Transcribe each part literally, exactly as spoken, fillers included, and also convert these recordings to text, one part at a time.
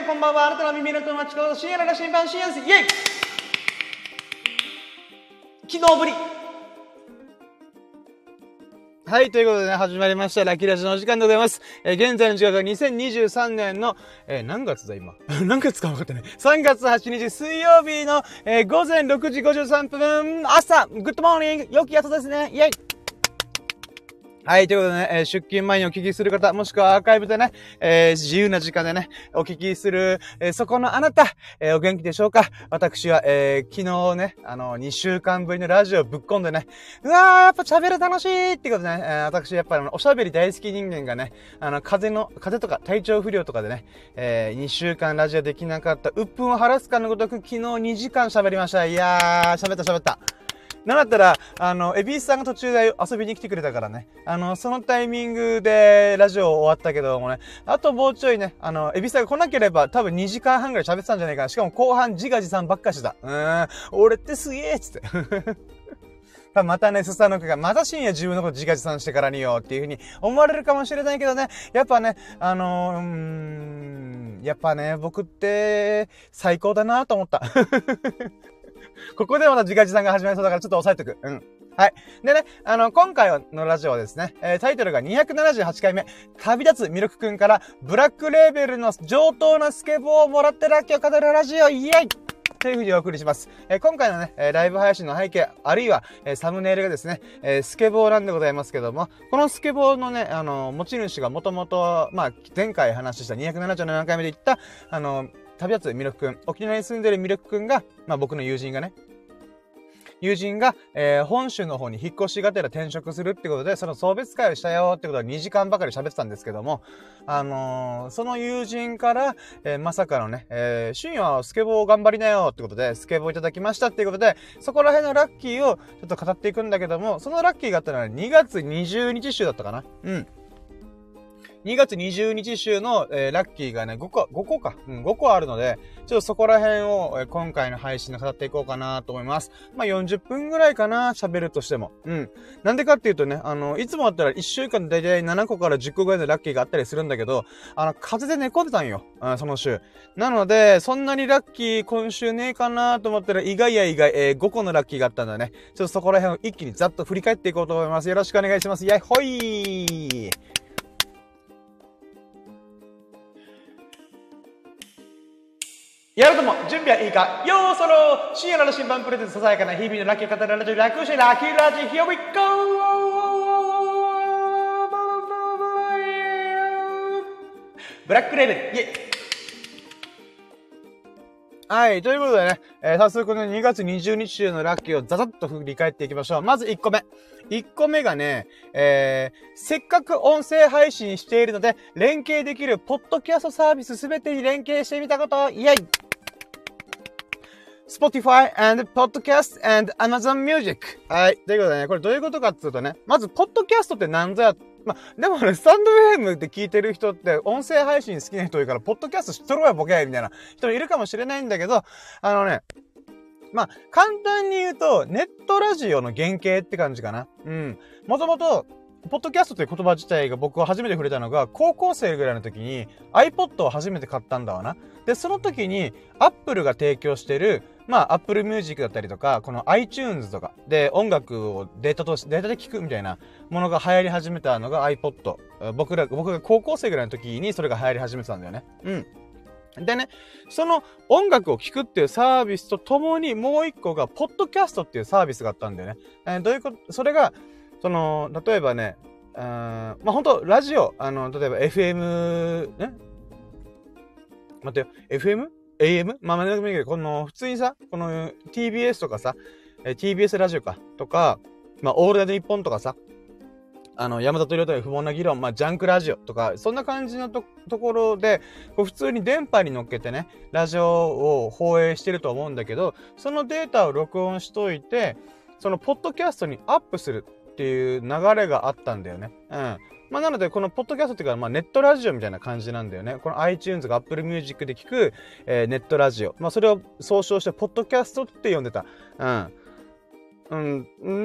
こんばんは。あなたの耳の友達と深夜の新版深夜です。イェイ昨日ぶり。はい、ということでね、始まりました。ラッキーラジオのお時間でございます。えー、現在の時間がにせんにじゅうさんねんの、えー、何月だ今何月か分かってない。さんがつはちにち水曜日の、えー、午前ろくじごじゅうさんぷん、朝、グッドモーニング、良き朝ですね。イェイはい、ということでね、えー、出勤前にお聞きする方、もしくはアーカイブでね、えー、自由な時間でね、お聞きする、えー、そこのあなた、えー、お元気でしょうか？私は、えー、昨日ね、あの、にしゅうかんぶりのラジオぶっ込んでね、うわー、やっぱ喋る楽しいってことでね、えー、私やっぱりおしゃべり大好き人間がね、あの、風邪の、風邪とか体調不良とかでね、えー、にしゅうかんラジオできなかった鬱憤を晴らすかのごとく、昨日にじかん喋りました。いやー、喋った喋った。なんだったら、あの、エビースさんが途中で遊びに来てくれたからね。あの、そのタイミングでラジオ終わったけどもね、あともうちょいね、あの、エビースさんが来なければ多分にじかんはんぐらい喋ってたんじゃないかな。しかも後半自画自賛ばっかしてた。うーん、俺ってすげえっつって。またね、スサノクが、また深夜自分のこと自画自賛してからによっていう風に思われるかもしれないけどね、やっぱね、あのー、うーん、やっぱね、僕って最高だなと思った。ここでまた自画自賛が始まりそうだからちょっと押さえとく。うん。はい。でね、あの、今回のラジオはですね、えー、タイトルがにひゃくななじゅうはちかいめ、旅立つミルクくんからブラックレーベルの上等なスケボーをもらってラッキーを語るラジオ、イエイという風にお送りします。えー、今回のね、えー、ライブ配信の背景、あるいは、えー、サムネイルがですね、えー、スケボーなんでございますけども、このスケボーのね、あの、持ち主がもともと、まあ、前回話したにひゃくななじゅうななかいめで言った、あの、旅立つミルクくん、沖縄に住んでるミルクくんが、まあ僕の友人がね、友人が、えー、本州の方に引っ越しがてら転職するってことで、その送別会をしたよってことはにじかんばかり喋ってたんですけども、あのー、その友人から、えー、まさかのね、えー、深夜はスケボー頑張りなよってことで、スケボーいただきましたっていうことで、そこら辺のラッキーをちょっと語っていくんだけども、そのラッキーがあったのはにがつにじゅうにち週だったかな。うん。にがつにじゅうにち週の、えー、ラッキーがね、ごこ、ごこか。うん、ごこあるので、ちょっとそこら辺を、えー、今回の配信で語っていこうかなと思います。まあ、よんじゅっぷんぐらいかな、喋るとしても。うん。なんでかっていうとね、あの、いつもだったらいっしゅうかんでだいたいななこからじゅっこぐらいのラッキーがあったりするんだけど、あの、風邪で寝込んでたんよ。うん、その週。なので、そんなにラッキー今週ねえかなと思ったら、意外や意外、えー、ごこのラッキーがあったんだね。ちょっとそこら辺を一気にざっと振り返っていこうと思います。よろしくお願いします。やいほいーやるとも、準備はいいかよーそろ深夜の新版プレゼントささやかな日々のラッキーを語るラジオ、楽してラッキーラジオ、Here we go! ブラックレーベル、イェイはい、ということでね、えー、早速のにがつにじゅうにち週のラッキーをザザッと振り返っていきましょう。まずいっこめ。いっこめがね、えー、せっかく音声配信しているので、連携できるポッドキャストサービスすべてに連携してみたこと、イェイSpotify and Podcast and Amazon Music。はい。ということでね、これどういうことかっていうとね、まず、ポッドキャストって何ぞや、まあ、でもね、スタンド エフエム で聞いてる人って、音声配信好きな人多いから、ポッドキャスト知っとろやボケみたいな人いるかもしれないんだけど、あのね、まあ、簡単に言うと、ネットラジオの原型って感じかな。うん。もともと、ポッドキャストという言葉自体が僕は初めて触れたのが、高校生ぐらいの時に iPod を初めて買ったんだわな。で、その時に、Apple が提供してる、まあ、Apple Music だったりとか、この iTunes とかで音楽をデータとして、データで聞くみたいなものが流行り始めたのが iPod。僕ら、僕が高校生ぐらいの時にそれが流行り始めてたんだよね。うん。でね、その音楽を聴くっていうサービスとともにもう一個が、ポッドキャストっていうサービスがあったんだよね。えー、どういうこと、それが、その、例えばね、うーん、まあ、ほんと、ラジオ、あの、例えば エフエム、ね待ってよ、エフエム？エーエム？ まあ、まあ、なんでもいいけど、この、普通にさ、この ティービーエス とかさ、えー、ティービーエス ラジオか、とか、まあ、オールナイトニッポンとかさ、あの、山里亮太の不毛な議論、まあ、ジャンクラジオとか、そんな感じのと、ところで、こう普通に電波に乗っけてね、ラジオを放映してると思うんだけど、そのデータを録音しといて、その、ポッドキャストにアップするっていう流れがあったんだよね。うん。まあ、なので、このポッドキャストっていうか、まあ、ネットラジオみたいな感じなんだよね。この iTunes が Apple Music で聞く、えー、ネットラジオ。まあ、それを総称して、ポッドキャストって呼んでた。うん。 うん。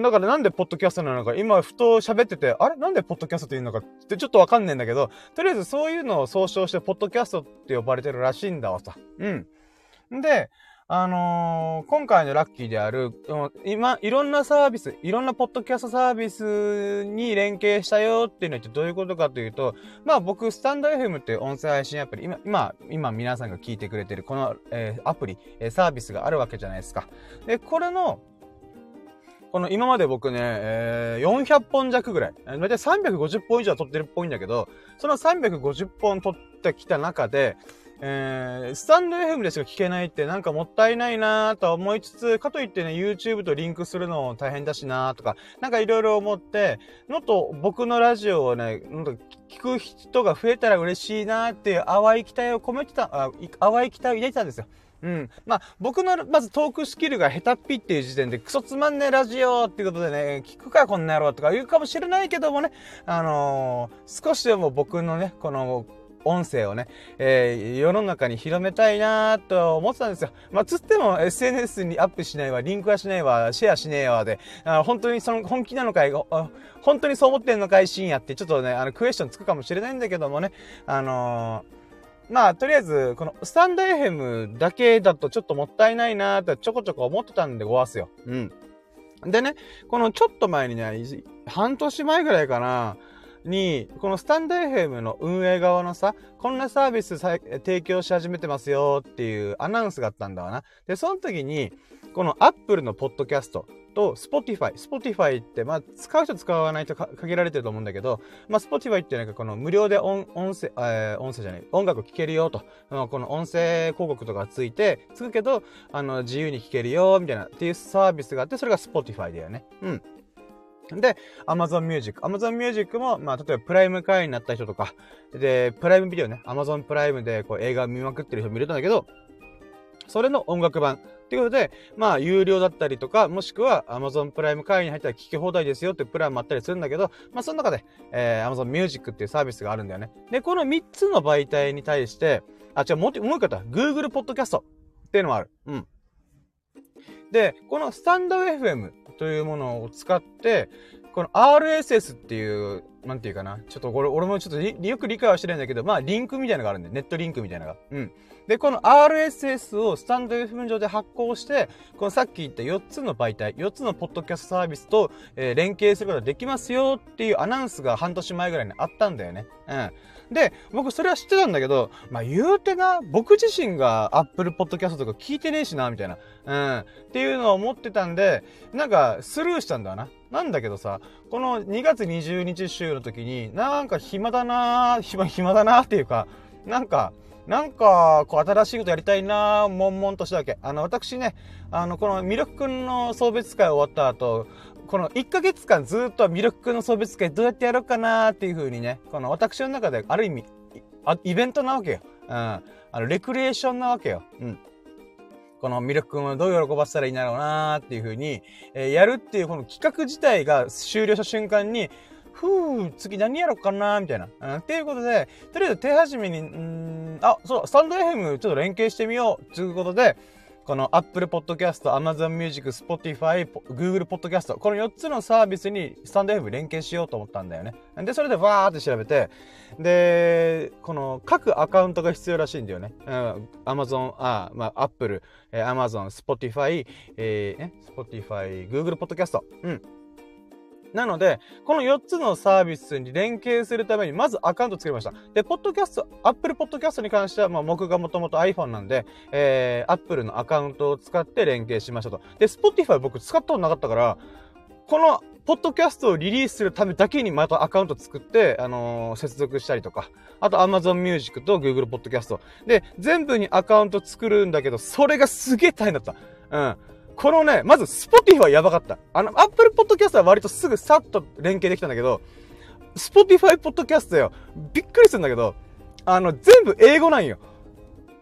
だからなんでポッドキャストなのか、今ふと喋ってて、あれなんでポッドキャストって言うのかってちょっとわかんねえんだけど、とりあえずそういうのを総称してポッドキャストって呼ばれてるらしいんだわさ。うん。で、あのー、今回のラッキーである、今、いろんなサービス、いろんなポッドキャストサービスに連携したよっていうのはどういうことかというと、まあ僕、スタンド エフエム って音声配信アプリ、今、今、今皆さんが聞いてくれてるこの、えー、アプリ、えー、サービスがあるわけじゃないですか。で、これの、この今まで僕ね、えー、よんひゃっぽん弱ぐらい、だいたいさんびゃくごじゅっぽん以上撮ってるっぽいんだけど、そのさんびゃくごじゅっぽん撮ってきた中で、えー、スタンド エフエム でしか聞けないってなんかもったいないなーと思いつつ、かといってね、YouTube とリンクするのも大変だしなーとか、なんかいろいろ思って、もっと僕のラジオをね、聞く人が増えたら嬉しいなーっていう淡い期待を込めてた、あ淡い期待を入れてたんですよ。うん。まあ、僕の、まずトークスキルが下手っぴっていう時点でクソつまんねえラジオっていうことでね、聞くかこんな野郎とか言うかもしれないけどもね、あのー、少しでも僕のね、この、音声をね、えー、世の中に広めたいなーと思ってたんですよ。まあ、つっても エスエヌエス にアップしないわ、リンクはしないわ、シェアしねえわで、あ本当にその本気なのかい、本当にそう思ってんのかい深夜ってちょっとね、あのクエスチョンつくかもしれないんだけどもね、あのー、まあ、とりあえず、このスタンド エフエム だけだとちょっともったいないなーってちょこちょこ思ってたんでごわすよ。うん。でね、このちょっと前にね、半年前ぐらいかな、に、このスタンド エフエム の運営側のさ、こんなサービス提供し始めてますよっていうアナウンスがあったんだわな。で、その時に、この Apple のポッドキャストと Spotify。Spotify って、まあ、使う人使わない人限られてると思うんだけど、まあ、Spotify ってなんかこの無料で音、音声、えー、音声じゃない、音楽聴けるよと。この音声広告とかついて、つくけど、あの、自由に聴けるよ、みたいな、っていうサービスがあって、それが Spotify だよね。うん。で、Amazon Music。Amazon Music も、まあ、例えばプライム会員になった人とか、で、プライムビデオね、Amazon プライムでこう映画を見まくってる人もいるんだけど、それの音楽版。っていうことで、まあ、有料だったりとか、もしくは Amazon プライム会員に入ったら聞き放題ですよってプランもあったりするんだけど、まあ、その中で、えー、Amazon Music っていうサービスがあるんだよね。で、このみっつの媒体に対して、あ、違う、もう一個あった。Google Podcast っていうのもある。うん。で、このスタンド エフエム というものを使って、この アールエスエス っていう、なんていうかな。ちょっとこれ、俺もちょっとよく理解はしてないんだけど、まあ、リンクみたいなのがあるんで、ネットリンクみたいなのが。うん。で、この アールエスエス をスタンド エフエム 上で発行して、このさっき言ったよっつの媒体、よっつのポッドキャストサービスと、えー、連携することができますよっていうアナウンスが半年前ぐらいにあったんだよね。うん。で、僕それは知ってたんだけど、まあ言うてな、僕自身が Apple Podcast とか聞いてねえしな、みたいな。うん。っていうのを思ってたんで、なんかスルーしたんだな。なんだけどさ、このにがつにじゅうにち週の時に、なんか暇だなー、暇、暇だなーっていうか、なんか、なんか、こう、新しいことやりたいなー、悶々としたわけ。あの、私ね、あの、このミルクくんの送別会終わった後、このいっかげつかんずっとミルクくんの送別会どうやってやろうかなーっていう風にね、この私の中である意味、イベントなわけよ。うん。あの、レクリエーションなわけよ。うん。このミルクくんをどう喜ばせたらいいんだろうなーっていう風に、えー、やるっていうこの企画自体が終了した瞬間に、ふぅ、次何やろうかなーみたいな。うん。っていうことで、とりあえず手始めに、んーあ、そう、スタンド エフエム ちょっと連携してみようということで、この Apple Podcast、Amazon Music、Spotify、Google Podcast、このよっつのサービスにスタンド エフエム 連携しようと思ったんだよね。で、それでわーって調べて、で、この各アカウントが必要らしいんだよね。うん、Amazon、あ、まあ、Apple、Amazon、Spotify、えー、え、Spotify、Google Podcast。うん。なので、このよっつのサービスに連携するために、まずアカウント作りました。で、ポッドキャスト、Apple Podcast に関しては、まあ、僕がもともと iPhone なんで、えー、Apple のアカウントを使って連携しましたと。で、Spotify 僕使ったことなかったから、この、ポッドキャストをリリースするためだけにまたアカウント作って、あのー、接続したりとか、あと Amazon Music と Google Podcast。で、全部にアカウント作るんだけど、それがすげえ大変だった。うん。このね、まず Spotify はやばかった。あの、Apple Podcast は割とすぐさっと連携できたんだけど、Spotify Podcast よ。びっくりするんだけど、あの、全部英語なんよ。英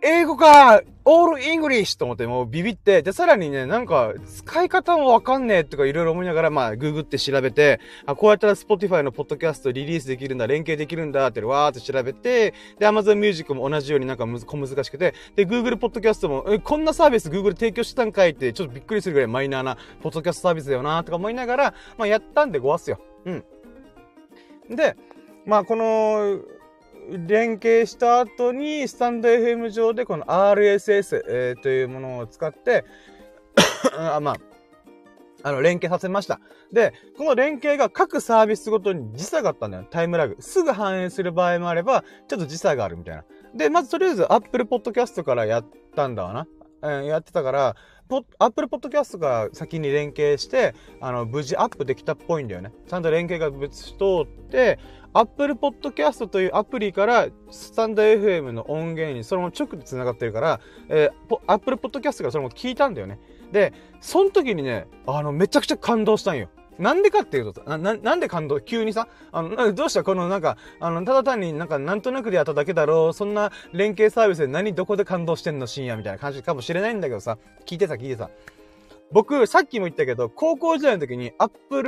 英語かオールイングリッシュと思ってもうビビって、で、さらにね、なんか、使い方もわかんねえとかいろいろ思いながら、まあ、ググって調べて、あ、こうやったら Spotify のポッドキャストリリースできるんだ、連携できるんだって、わーって調べて、で、Amazon Music も同じようになんかむず、小難しくて、で、Google ポッドキャストも、え、こんなサービス Google 提供してたんかいって、ちょっとびっくりするぐらいマイナーなポッドキャストサービスだよなとか思いながら、まあ、やったんでごわすよ。うん。で、まあ、この、連携した後に、スタンド エフエム 上でこの アールエスエス、えー、というものを使って、あまあ、あの、連携させました。で、この連携が各サービスごとに時差があったんだよ。タイムラグ。すぐ反映する場合もあれば、ちょっと時差があるみたいな。で、まずとりあえず Apple Podcast からやったんだわな。えー、やってたから、Apple Podcast が先に連携して、あの、無事アップできたっぽいんだよね。ちゃんと連携がぶち通って、Apple Podcast というアプリから、スタンド エフエム の音源にそのまま直で繋がってるから、えー、Apple Podcast がそのまま聞いたんだよね。で、その時にね、あの、めちゃくちゃ感動したんよ。なんでかっていうと、な、な、なんで感動急にさ、あの、どうしたこのなんか、あの、ただ単になんかなんとなくでやっただけだろう、そんな連携サービスで何どこで感動してんの深夜みたいな感じかもしれないんだけどさ、聞いてさ、聞いてさ。僕、さっきも言ったけど、高校時代の時に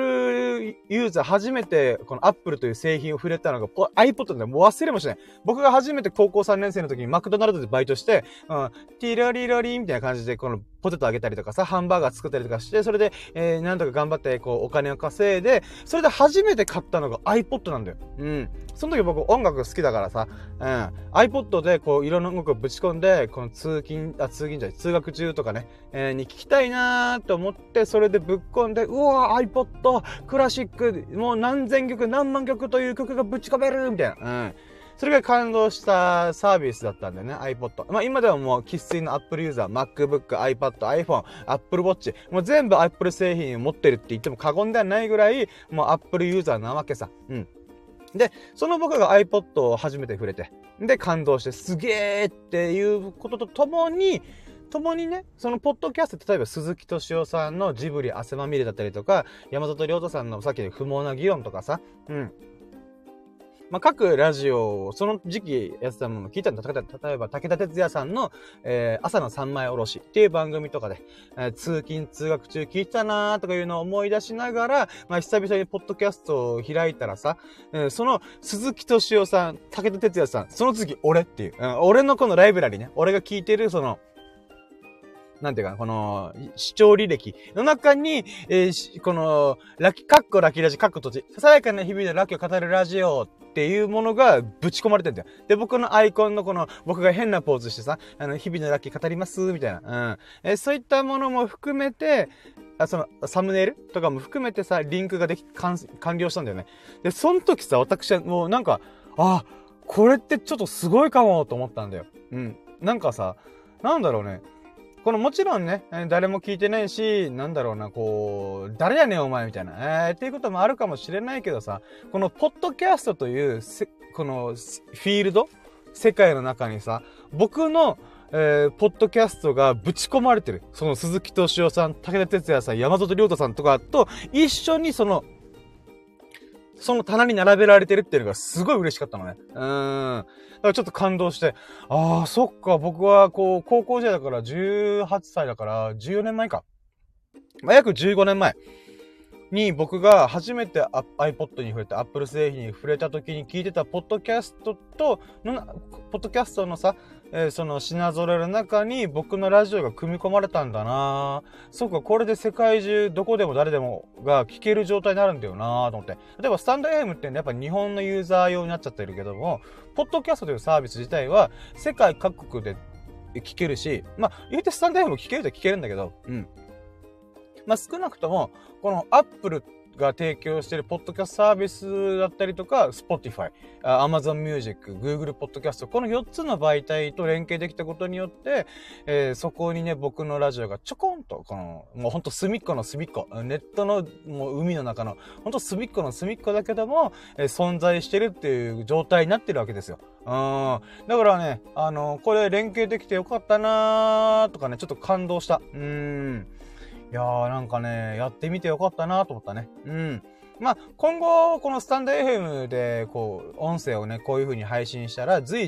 Apple ユーザー初めてこの Apple という製品を触れたのが iPod でもう忘れもしない。僕が初めて高校さんねん生の時にマクドナルドでバイトして、うん、ティラリラリみたいな感じでこのポテトあげたりとかさ、ハンバーガー作ったりとかして、それで、えー、なんとか頑張ってこうお金を稼いで、それで初めて買ったのが iPod なんだよ。うん。その時僕音楽好きだからさ、うん。iPod でこういろんな音楽をぶち込んで、この通勤、あ、通勤じゃない、通学中とかね、えー、に聞きたいなーと思って、それでぶっ込んで、うわー iPod、クラシック、もう何千曲、何万曲という曲がぶち込めるみたいな。うん。それが感動したサービスだったんだよね、iPod。まあ今ではもう生粋の Apple ユーザー、MacBook、iPad、iPhone、Apple Watch、もう全部 Apple 製品を持ってるって言っても過言ではないぐらい、もう Apple ユーザーなわけさ。うん。で、その僕が iPod を初めて触れて、で、感動して、すげーっていうこととともに、ともにね、そのポッドキャスト、例えば鈴木敏夫さんのジブリ汗まみれだったりとか、山里亮太さんのさっきの不毛な議論とかさ、うん。まあ、各ラジオをその時期やってたものを聞いたんだ。例えば、武田鉄矢さんの、えー、朝の三枚おろしっていう番組とかで、えー、通勤、通学中聞いたなーとかいうのを思い出しながら、まあ、久々にポッドキャストを開いたらさ、えー、その鈴木敏夫さん、武田鉄矢さん、その次俺っていう、うん、俺のこのライブラリね、俺が聞いてるその、なんていうか、この、視聴履歴の中に、えー、この、ラキ、カッコラキラジ、カッコ土地、ささやかな日々のラキを語るラジオっていうものがぶち込まれてんだよ。で、僕のアイコンのこの、僕が変なポーズしてさ、あの、日々のラキ語ります、みたいな。うん。えー、そういったものも含めて、あその、サムネイルとかも含めてさ、リンクができ、完、完了したんだよね。で、その時さ、私はもうなんか、あ、これってちょっとすごいかもと思ったんだよ。うん。なんかさ、なんだろうね。このもちろんね、誰も聞いてないし、なんだろうな、こう、誰やねんお前みたいな、えー、っていうこともあるかもしれないけどさ、このポッドキャストというせ、このフィールド、世界の中にさ、僕の、えー、ポッドキャストがぶち込まれてる。その鈴木敏夫さん、武田鉄矢さん、山里亮太さんとかと一緒にその、その棚に並べられてるっていうのがすごい嬉しかったのね。うーん。だからちょっと感動して、ああ、そっか、僕はこう、高校時代だからじゅうはっさいだから、じゅうよねんまえか。まあ、約じゅうごねんまえに僕が初めて iPod に触れて、Apple 製品に触れた時に聞いてたポッドキャストと、のポッドキャストのさ、えー、その品揃えの中に僕のラジオが組み込まれたんだな。そうか、これで世界中どこでも誰でもが聞ける状態になるんだよなと思って。例えばスタンド エフエム ってやっぱ日本のユーザー用になっちゃってるけども、ポッドキャストというサービス自体は世界各国で聞けるし、まあ言うてスタンド エフエム 聞けると聞けるんだけど、うん。まあ少なくとも、この Appleが提供しているポッドキャストサービスだったりとか、Spotify、Amazon Music、Google Podcast、このよっつの媒体と連携できたことによって、えー、そこにね、僕のラジオがちょこんと、この、もうほんと隅っこの隅っこ、ネットのもう海の中の、ほんと隅っこの隅っこだけども、えー、存在してるっていう状態になってるわけですよ。うん。だからね、あの、これ連携できてよかったなーとかね、ちょっと感動した。うーん。いやーなんかね、やってみてよかったなと思ったね。うん。まあ、今後、このスタンド エフエム で、こう、音声をね、こういう風に配信したら、随時、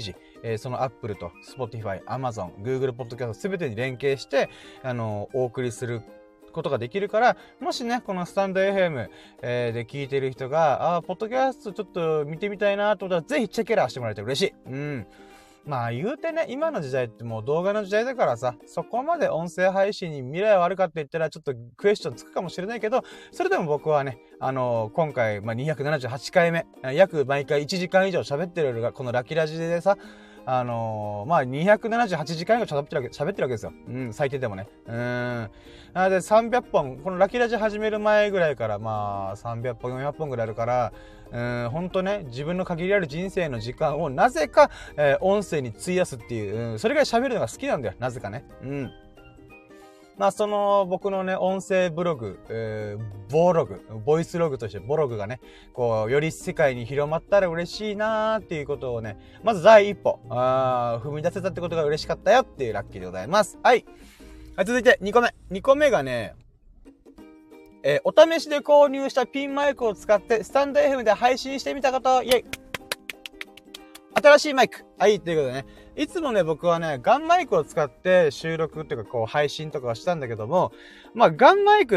えー、その Apple と Spotify、Amazon、Google Podcast すべてに連携して、あのー、お送りすることができるから、もしね、このスタンド エフエム、えー、で聞いてる人が、あー、ポッドキャストちょっと見てみたいなと思ったら、ぜひチェケラーしてもらえて嬉しい。うん。まあ言うてね、今の時代ってもう動画の時代だからさ、そこまで音声配信に未来はあるかって言ったらちょっとクエスチョンつくかもしれないけど、それでも僕はね、あのー、今回、まあ、にひゃくななじゅうはちかいめ、約毎回いちじかん以上喋ってるこのラキラジでさ、あのー、まあ、にひゃくななじゅうはちじかん以上喋ってるわけ、喋ってるわけですよ。うん、最低でもね。うーん。なので、さんびゃっぽん、このラキラジ始める前ぐらいから、まあ、さんびゃっぽん、よんひゃっぽんぐらいあるから、うーん、ほんとね、自分の限りある人生の時間を、なぜか、えー、音声に費やすっていう、うん、それぐらい喋るのが好きなんだよ。なぜかね。うん。まあ、その、僕のね、音声ブログ、えー、ボログ、ボイスログとしてボログがね、こう、より世界に広まったら嬉しいなーっていうことをね、まず第一歩、あー踏み出せたってことが嬉しかったよっていうラッキーでございます。はい。はい、続いてにこめ。にこめがね、えー、お試しで購入したピンマイクを使ってスタンド エフエム で配信してみたこと、イェイ。新しいマイク。はい、ということでね。いつもね、僕はね、ガンマイクを使って収録っていうか、こう、配信とかはしたんだけども、まあ、ガンマイクって、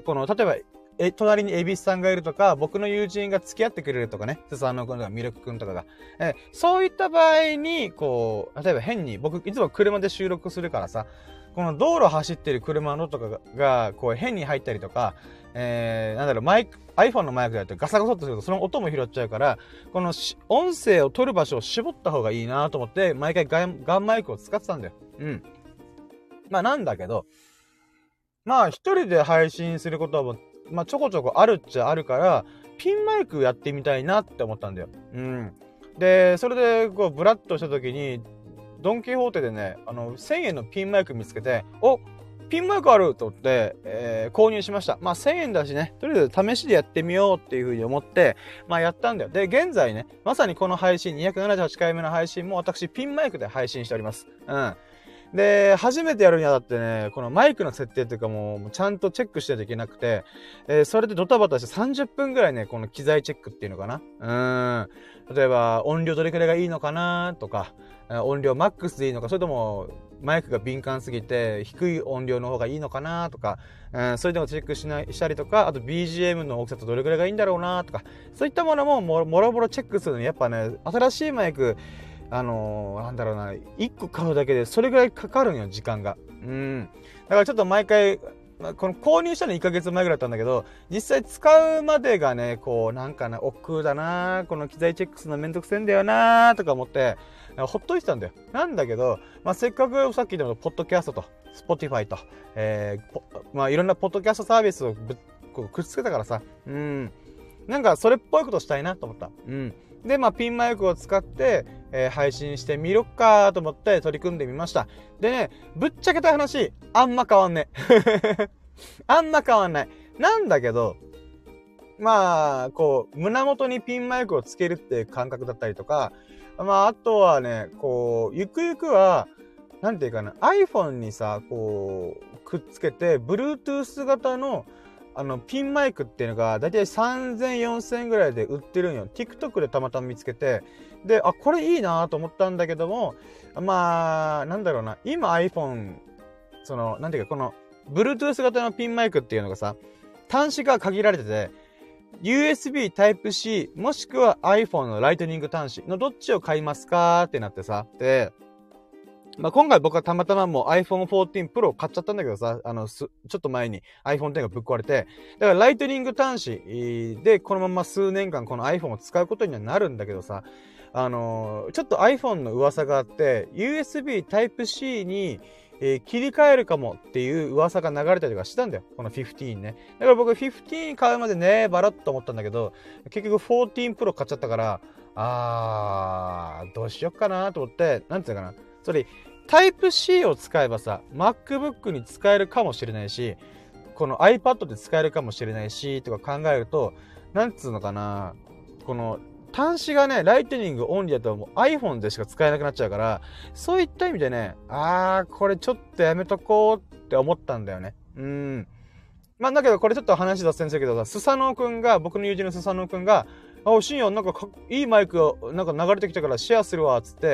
この、例えば、え、隣にエビスさんがいるとか、僕の友人が付き合ってくれるとかね、スサノ君とかミルク君とかが、え、そういった場合に、こう、例えば変に、僕、いつも車で収録するからさ、この道路走ってる車の音とかが、こう、変に入ったりとか、えー、なんだろう、マイク、iPhone のマイクだとガサガサっとするとその音も拾っちゃうから、この音声を取る場所を絞った方がいいなと思って、毎回ガン、ガンマイクを使ってたんだよ。うん。まあなんだけど、まあ一人で配信することはもう、まあちょこちょこあるっちゃあるから、ピンマイクやってみたいなって思ったんだよ。うん。で、それでこうブラッとした時に、ドンキホーテでね、あの、せんえんのピンマイク見つけて、おピンマイクあると思って、えー、購入しました。まあせんえんだしね、とりあえず試しでやってみようっていう風に思って、まあやったんだよ。で、現在ね、まさにこの配信、にひゃくななじゅうはちかいめの配信も私ピンマイクで配信しております。うん。で、初めてやるにあたってね、このマイクの設定っていうかもう、ちゃんとチェックしないといけなくて、えー、それでドタバタしてさんじゅっぷんぐらいね、この機材チェックっていうのかな。うーん。例えば、音量どれくらいがいいのかなとか、音量マックスでいいのか、それとも、マイクが敏感すぎて、低い音量の方がいいのかなとか、うん、そういうのをチェックしない、したりとか、あと ビージーエム の大きさとどれくらいがいいんだろうなとか、そういったものももろもろもろチェックするのに、やっぱね、新しいマイク、あのー、なんだろうな、いっこ買うだけでそれぐらいかかるんよ、時間が。うん。だからちょっと毎回、この購入したのいっかげつまえぐらいだったんだけど、実際使うまでがね、こう、なんかな、億劫だな、この機材チェックするのめんどくせえんだよなとか思って、ほっといてたんだよ。なんだけど、まあ、せっかくさっき言ったポッドキャストと、Spotify と、えー、まあ、いろんなポッドキャストサービスをぶこうくっつけたからさ、うん。なんか、それっぽいことしたいなと思った。うん。で、まあ、ピンマイクを使って、えー、配信してみろっかと思って取り組んでみました。でね、ぶっちゃけた話、あんま変わんね。あんま変わんない。なんだけど、まあ、こう、胸元にピンマイクをつけるっていう感覚だったりとか、まあ、あとはね、こう、ゆくゆくは、なんていうかな、iPhone にさ、こう、くっつけて、Bluetooth 型の、あの、ピンマイクっていうのが、だいたいさんぜん、よんせんえんぐらいで売ってるんよ。TikTok でたまたま見つけて、で、あ、これいいなと思ったんだけども、まあ、なんだろうな、今 iPhone、その、なんていうか、この、Bluetooth 型のピンマイクっていうのがさ、端子が限られてて、ユーエスビー Type-C もしくは iPhone のライトニング端子のどっちを買いますかってなってさ。で、まあ、今回僕はたまたまもう アイフォンフォーティーン Pro を買っちゃったんだけどさ、あの、す、ちょっと前に アイフォンテンがぶっ壊れて、だからライトニング端子でこのまま数年間この iPhone を使うことにはなるんだけどさ、あのー、ちょっと iPhone の噂があって、ユーエスビー Type-C にえー、切り替えるかもっていう噂が流れたりとかしたんだよ。このじゅうごね。だから僕じゅうご買うまでね、バラッと思ったんだけど、結局じゅうよん Pro 買っちゃったから、あー、どうしよっかなと思って、なんていうのかな。それ、タイプ C を使えばさ、MacBook に使えるかもしれないし、この iPad で使えるかもしれないし、とか考えると、なんつうのかな、この、端子がね、ライトニングオンリーだともう iPhone でしか使えなくなっちゃうから、そういった意味でね、あー、これちょっとやめとこうって思ったんだよね。うん。まあ、だけどこれちょっと話脱線するけどさ、スサノオくんが、僕の友人のスサノオくんが、あ、深夜なんかかいいマイクがなんか流れてきたからシェアするわ、つって、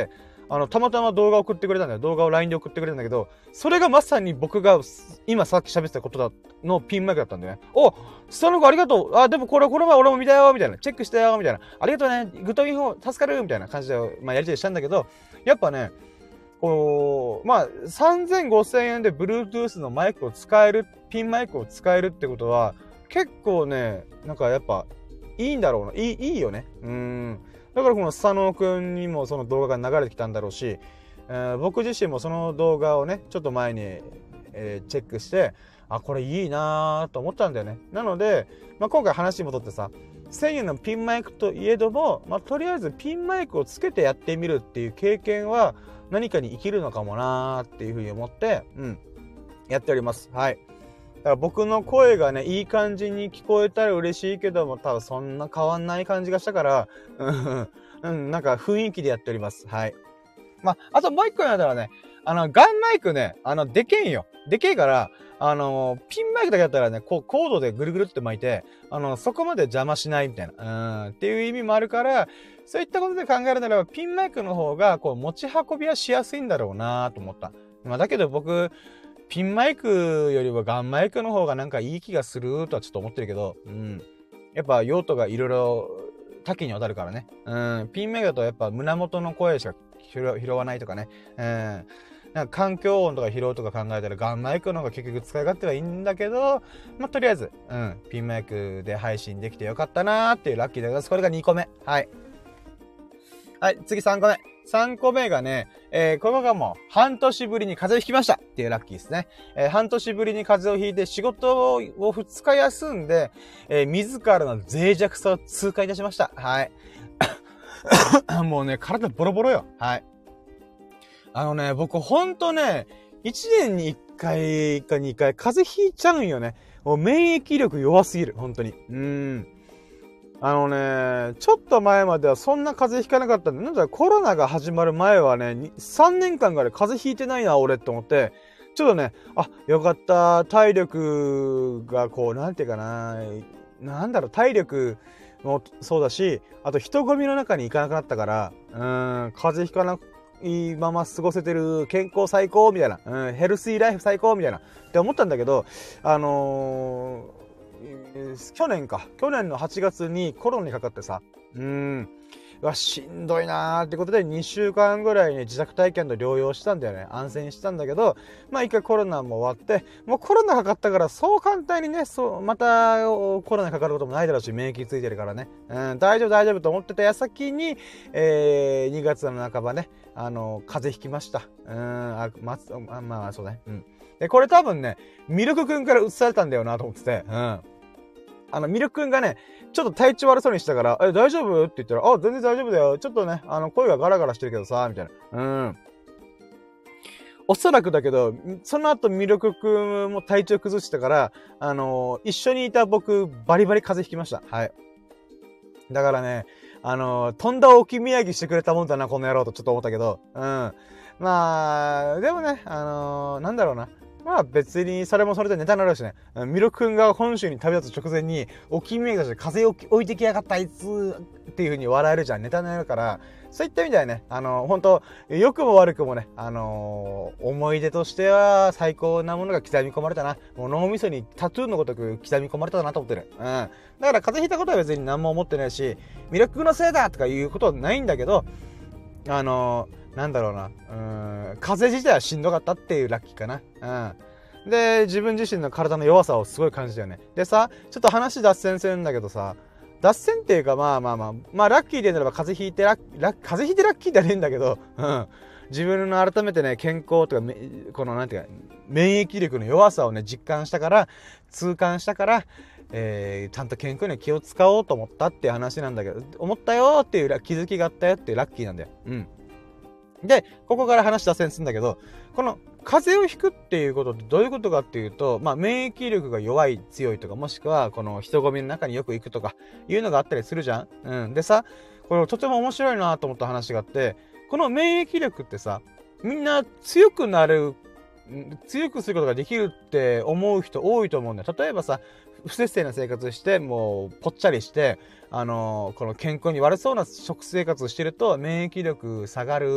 あの、たまたま動画を送ってくれたんだよ。動画を ライン で送ってくれたんだけど、それがまさに僕が今さっき喋ってたことだ、のピンマイクだったんだよね。お、その子ありがとう。あ、でもこれ、この前俺も見たよ、みたいな。チェックしたよ、みたいな。ありがとうね。グッドインフォ助かる、みたいな感じで、まあ、やりとりしたんだけど、やっぱね、こう、まあ、さんぜん、ごせんえんで Bluetooth のマイクを使える、ピンマイクを使えるってことは、結構ね、なんかやっぱ、いいんだろうな。いい、いいよね。うーん。だからこの佐野くんにもその動画が流れてきたんだろうし、えー、僕自身もその動画をね、ちょっと前に、えー、チェックして、あ、これいいなーと思ったんだよね。なので、まあ、今回話に戻ってさ、せんえんのピンマイクといえども、まあ、とりあえずピンマイクをつけてやってみるっていう経験は何かに生きるのかもなーっていうふうに思って、うん、やっております。はい。だから僕の声がね、いい感じに聞こえたら嬉しいけども、多分そんな変わんない感じがしたから、うん、なんか雰囲気でやっております。はい。まあ、あともう一個やったらね、あの、ガンマイクね、あの、でけんよ。でけえから、あの、ピンマイクだけだったらね、こう、コードでぐるぐるって巻いて、あの、そこまで邪魔しないみたいな、うん、っていう意味もあるから、そういったことで考えるならば、ピンマイクの方が、こう、持ち運びはしやすいんだろうなと思った。まあ、だけど僕、ピンマイクよりはガンマイクの方がなんかいい気がするとはちょっと思ってるけど、うん。やっぱ用途がいろいろ多岐にわたるからね。うん。ピンマイクだとやっぱ胸元の声しか拾わないとかね。うん。なんか環境音とか拾うとか考えたらガンマイクの方が結局使い勝手はいいんだけど、まあ、とりあえず、うん。ピンマイクで配信できてよかったなーっていうラッキーでございます。これがにこめ。はい。はい、次さんこめ。さんこめがね、えー、ここがもう半年ぶりに風邪をひきましたっていうラッキーですね。えー、半年ぶりに風邪をひいて仕事をふつか休んで、えー、自らの脆弱さを痛感いたしました。はい。もうね、体ボロボロよ。はい。あのね、僕ほんとね、いちねんにいっかいかにかい風邪ひいちゃうんよね。もう免疫力弱すぎる。ほんとに。うーん。あのね、ちょっと前まではそんな風邪ひかなかったんで、なんだコロナが始まる前はね、さんねんかんぐらい風邪ひいてないな、俺って思って、ちょっとね、あ、よかった、体力がこう、なんていうかな、なんだろう、体力もそうだし、あと人混みの中に行かなくなったから、うーん、風邪ひかないまま過ごせてる、健康最高みたいな、うん、ヘルシーライフ最高みたいなって思ったんだけど、あのー、去年か。去年のはちがつにコロナにかかってさ。うーん。うわ、しんどいなーってことでにしゅうかんぐらいね、自宅体験と療養したんだよね。安静したんだけど、まあ一回コロナも終わって、もうコロナかかったからそう簡単にね、そう、またコロナにかかることもないだろうし、免疫ついてるからね。うん、大丈夫大丈夫と思ってた矢先に、えー、にがつの半ばね、あの、風邪ひきました。うん、あ、ま、まあまあ、そうね。うん。で、これ多分ね、ミルクくんから移されたんだよなと思ってて、うん。あの、ミルクくんがね、ちょっと体調悪そうにしたから、え、大丈夫って言ったら、あ、全然大丈夫だよ。ちょっとね、あの、声がガラガラしてるけどさ、みたいな。うん。おそらくだけど、その後ミルクくんも体調崩してから、あのー、一緒にいた僕、バリバリ風邪ひきました。はい。だからね、あのー、とんだ置き土産してくれたもんだな、この野郎とちょっと思ったけど、うん。まあ、でもね、あのー、なんだろうな。まあ別にそれもそれでネタになるしね。ミルクくんが本州に旅立つ直前に、置き土産として風を置いてきやがったあいつっていう風に笑えるじゃん。ネタになるから、そういった意味ではね、あのー、本当良くも悪くもね、あのー、思い出としては最高なものが刻み込まれたな。もう脳みそにタトゥーのごとく刻み込まれたなと思ってる。うん。だから風邪ひいたことは別に何も思ってないし、ミルクのせいだとかいうことはないんだけど、あのー、なんだろうな、うーん、風邪自体はしんどかったっていうラッキーかな。うん。で、自分自身の体の弱さをすごい感じたよね。でさ、ちょっと話脱線するんだけどさ、脱線っていうかまあまあまあ、まあラッキーで言うならば風邪ひいてラッ、ラッ、風邪ひいてラッキーじゃねえんだけど、うん。自分の改めてね、健康とか、このなんていうか、免疫力の弱さをね、実感したから、痛感したから、えー、ちゃんと健康には気を使おうと思ったっていう話なんだけど、思ったよっていう気づきがあったよっていうラッキーなんだよ。うん。で、ここから話脱線するんだけど、この風邪をひくっていうことってどういうことかっていうと、まあ免疫力が弱い、強いとか、もしくはこの人混みの中によく行くとかいうのがあったりするじゃん。うん。でさ、これとても面白いなと思った話があって、この免疫力ってさ、みんな強くなる、強くすることができるって思う人多いと思うんだよ。例えばさ、不節制な生活して、もうぽっちゃりして、あのー、この健康に悪そうな食生活をしてると免疫力下がる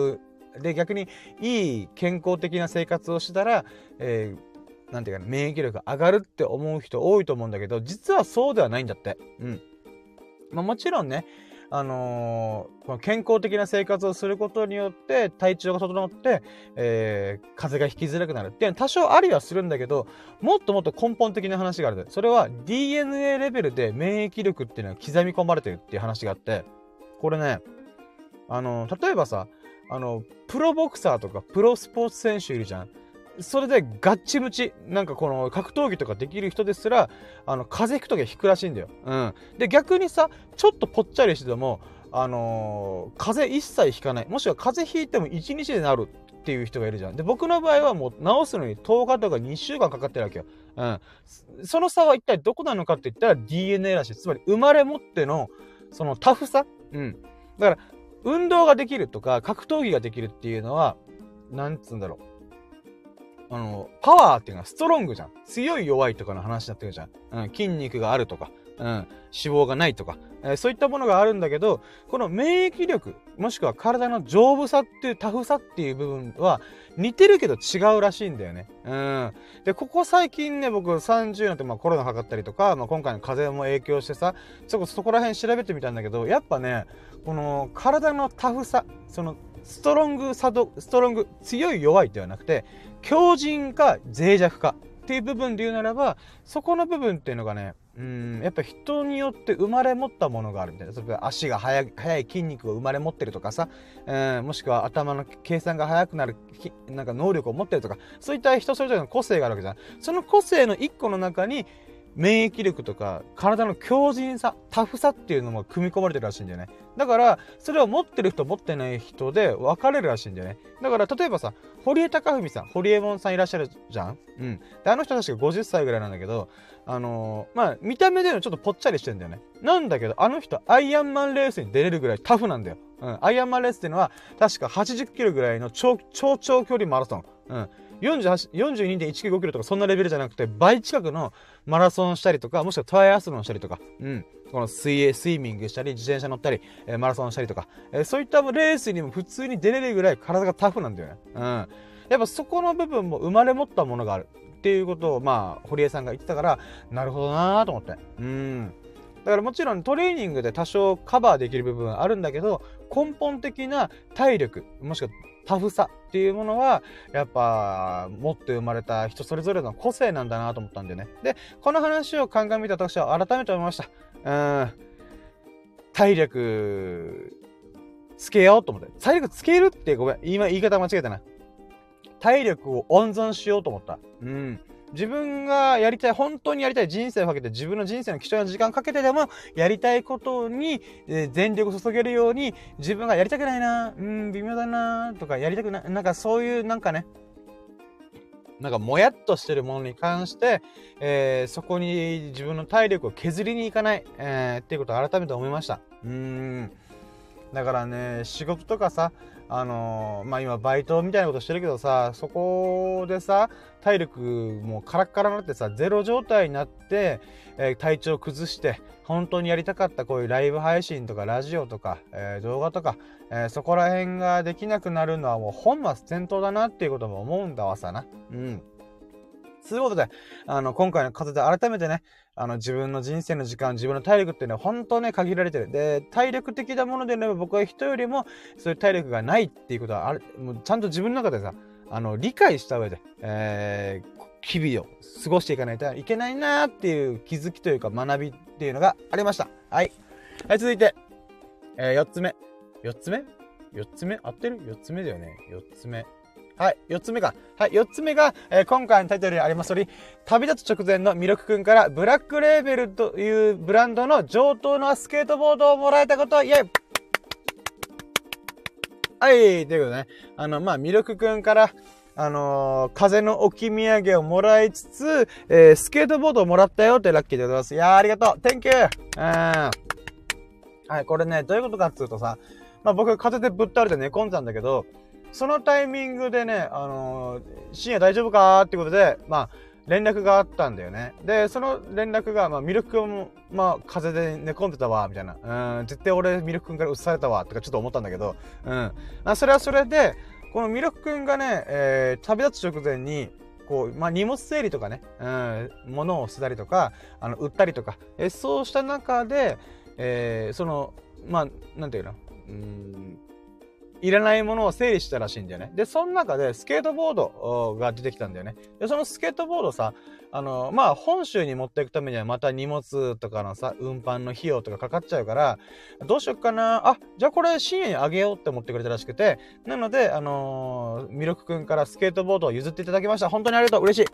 で、逆にいい健康的な生活をしたら、えー、なんていうか、免疫力が上がるって思う人多いと思うんだけど、実はそうではないんだって。うん。まあもちろんね、あのー、この健康的な生活をすることによって体調が整って、えー、風邪がひきづらくなるっていうのは多少ありはするんだけど、もっともっと根本的な話がある。それは ディーエヌエー レベルで免疫力っていうのが刻み込まれてるっていう話があって、これね、あのー、例えばさ、あの、プロボクサーとかプロスポーツ選手いるじゃん。それでガッチムチ、なんかこの格闘技とかできる人ですら、あの、風邪ひくときは引くらしいんだよ。うん。で、逆にさ、ちょっとぽっちゃりしてても、あのー、風邪一切ひかない。もしくは風邪ひいてもいちにちで治るっていう人がいるじゃん。で、僕の場合はもう治すのにとおかとかにしゅうかんかかってるわけよ。うん。その差は一体どこなのかって言ったら ディーエヌエー らしい。つまり生まれ持っての、そのタフさ。うん。だから、運動ができるとか、格闘技ができるっていうのは、なんつうんだろう。あの、パワーっていうのはストロングじゃん。強い弱いとかの話になってるじゃん。うん、筋肉があるとか、うん、脂肪がないとか、えー、そういったものがあるんだけど、この免疫力、もしくは体の丈夫さっていうタフさっていう部分は似てるけど違うらしいんだよね。うん。で、ここ最近ね、僕さんじゅうになってまあコロナかかったりとか、まあ今回の風邪も影響してさ、ちょっとそこら辺調べてみたんだけど、やっぱね、この体のタフさ、そのストロングさと、ストロング、強い弱いではなくて、強靭か脆弱かっていう部分で言うならば、そこの部分っていうのがね、うーん、やっぱ人によって生まれ持ったものがあるみたいな。例えば足が速い、速い筋肉を生まれ持ってるとかさ、えー、もしくは頭の計算が速くなる、なんか能力を持ってるとか、そういった人それぞれの個性があるわけじゃん。その個性の一個の中に、免疫力とか体の強靭さ、タフさっていうのも組み込まれてるらしいんだよね。だからそれを持ってる人持ってない人で分かれるらしいんだよね。だから例えばさ、堀江貴文さん、堀江門さんいらっしゃるじゃん。うん。であの人確かごじゅっさいぐらいなんだけど、あのー、まあ見た目でのちょっとぽっちゃりしてんだよね。なんだけどあの人アイアンマンレースに出れるぐらいタフなんだよ。うん。アイアンマンレースっていうのは確かはちじゅっキロぐらいの超超長距離マラソン。うん。よんじゅうはち、よんじゅうにてんいちきゅうごキロとかそんなレベルじゃなくて倍近くのマラソンしたりとか、もしくはトライアスロンしたりとか、うん、この水泳、スイミングしたり、自転車乗ったり、えー、マラソンしたりとか、えー、そういったレースにも普通に出れるぐらい体がタフなんだよね。うん。やっぱそこの部分も生まれ持ったものがあるっていうことを、まあ、堀江さんが言ってたから、なるほどなーと思って。うん。だからもちろんトレーニングで多少カバーできる部分はあるんだけど、根本的な体力、もしくはタフさっていうものはやっぱ持って生まれた人それぞれの個性なんだなと思ったんでね。で、この話を鑑みた私は改めて思いました。うん。体力つけようと思って。体力つけるってごめん。今言い方間違えたな。体力を温存しようと思った。うん。自分がやりたい、本当にやりたい人生をかけて、自分の人生の貴重な時間をかけてでも、やりたいことに、えー、全力を注げるように、自分がやりたくないな、うん、微妙だな、とか、やりたくない、なんかそういう、なんかね、なんかもやっとしてるものに関して、えー、そこに自分の体力を削りに行かない、えー、っていうことを改めて思いました。うーん。だからね、仕事とかさ、あのー、まあ、今バイトみたいなことしてるけどさ、そこでさ、体力もうカラッカラになってさ、ゼロ状態になって、えー、体調崩して、本当にやりたかったこういうライブ配信とかラジオとか、えー、動画とか、えー、そこら辺ができなくなるのはもう本末転倒だなっていうことも思うんだわさな。うん。そういうことで、あの、今回の風で改めてね、あの、自分の人生の時間、自分の体力っていうのは本当ね、限られてる。で、体力的なものでね、僕は人よりも、そういう体力がないっていうことは、あれ、もうちゃんと自分の中でさ、あの、理解した上で、えー、日々を過ごしていかないといけないなーっていう気づきというか学びっていうのがありました。はい。はい、続いて、えー、よっつめ。よっつめ ?よっ つ目合ってる ?よっ つ目だよね。よっつめ。はい、よっつめか。はい、よっつめが、えー、今回のタイトルにあります通り、旅立つ直前のミルクくんからブラックレーベルというブランドの上等なスケートボードをもらえたこと、イェイはい、ということでね、あの、まあ、ミルクくんから、あのー、風の置き土産をもらいつつ、えー、スケートボードをもらったよってラッキーでございます。いやー、ありがとう !Thank you! うん。はい、これね、どういうことかっていうとさ、まあ、僕、風でぶっ倒れて寝込んでたんだけど、そのタイミングでね、あのー、深夜大丈夫かーってことで、まあ、連絡があったんだよね。で、その連絡が、まあ、ミルクくんも、まあ、風邪で寝込んでたわ、みたいな。うん、絶対俺、ミルクくんから移されたわ、とかちょっと思ったんだけど、うん。あそれはそれで、 このミルクくんがね、えー、旅立つ直前に、こう、まあ、荷物整理とかね、うん、物を捨てたりとか、あの、売ったりとか、えー、そうした中で、えー、その、まあ、なんていうの、うーん、いらないものを整理したらしいんだよね。で、その中でスケートボードが出てきたんだよね。で、そのスケートボードさ、あの、まあ、本州に持っていくためにはまた荷物とかのさ、運搬の費用とかかかっちゃうから、どうしよっかな。あ、じゃあこれ深夜にあげようって思ってくれたらしくて、なので、あのー、ミルクくんからスケートボードを譲っていただきました。本当にありがとう。嬉しい。